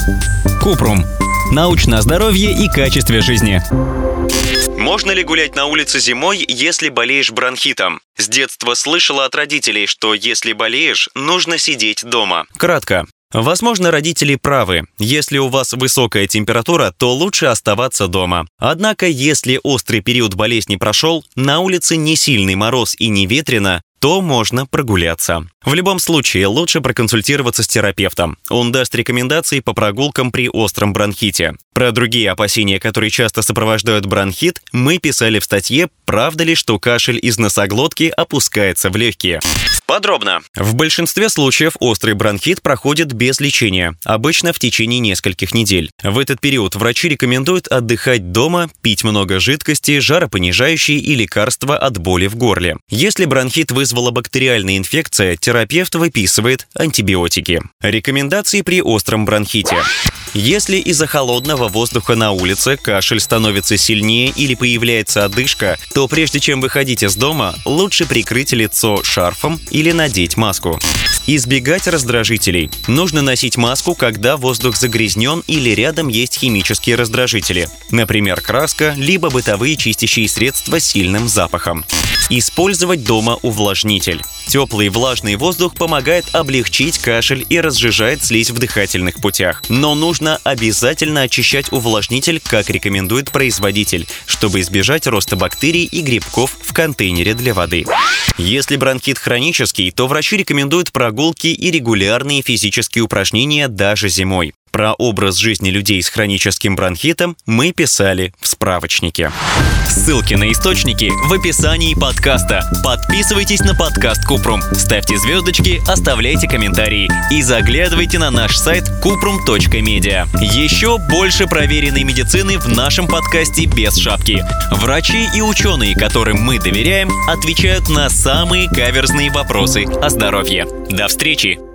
Купрум. Научное здоровье и качестве жизни. Можно ли гулять на улице зимой, если болеешь бронхитом? С детства слышала от родителей, что если болеешь, нужно сидеть дома. Кратко. Возможно, родители правы. Если у вас высокая температура, то лучше оставаться дома. Однако, если острый период болезни прошел, на улице не сильный мороз и не ветрено, то можно прогуляться. В любом случае, лучше проконсультироваться с терапевтом. Он даст рекомендации по прогулкам при остром бронхите. Про другие опасения, которые часто сопровождают бронхит, мы писали в статье «Правда ли, что кашель из носоглотки опускается в легкие?». Подробно. В большинстве случаев острый бронхит проходит без лечения, обычно в течение нескольких недель. В этот период врачи рекомендуют отдыхать дома, пить много жидкости, жаропонижающие и лекарства от боли в горле. Если бронхит вызвала бактериальная инфекция, терапевт выписывает антибиотики. Рекомендации при остром бронхите. Если из-за холодного воздуха на улице кашель становится сильнее или появляется одышка, то прежде чем выходить из дома, лучше прикрыть лицо шарфом или надеть маску. Избегать раздражителей. Нужно носить маску, когда воздух загрязнен или рядом есть химические раздражители. Например, краска, либо бытовые чистящие средства с сильным запахом. Использовать дома увлажнитель. Теплый влажный воздух помогает облегчить кашель и разжижает слизь в дыхательных путях. Но нужно обязательно очищать увлажнитель, как рекомендует производитель, чтобы избежать роста бактерий и грибков в контейнере для воды. Если бронхит хронический, то врачи рекомендуют прогулки и регулярные физические упражнения даже зимой. Про образ жизни людей с хроническим бронхитом мы писали в справочнике. Ссылки на источники в описании подкаста. Подписывайтесь на подкаст Купрум, ставьте звездочки, оставляйте комментарии и заглядывайте на наш сайт kuprum.media. Еще больше проверенной медицины в нашем подкасте без шапки. Врачи и ученые, которым мы доверяем, отвечают на самые каверзные вопросы о здоровье. До встречи!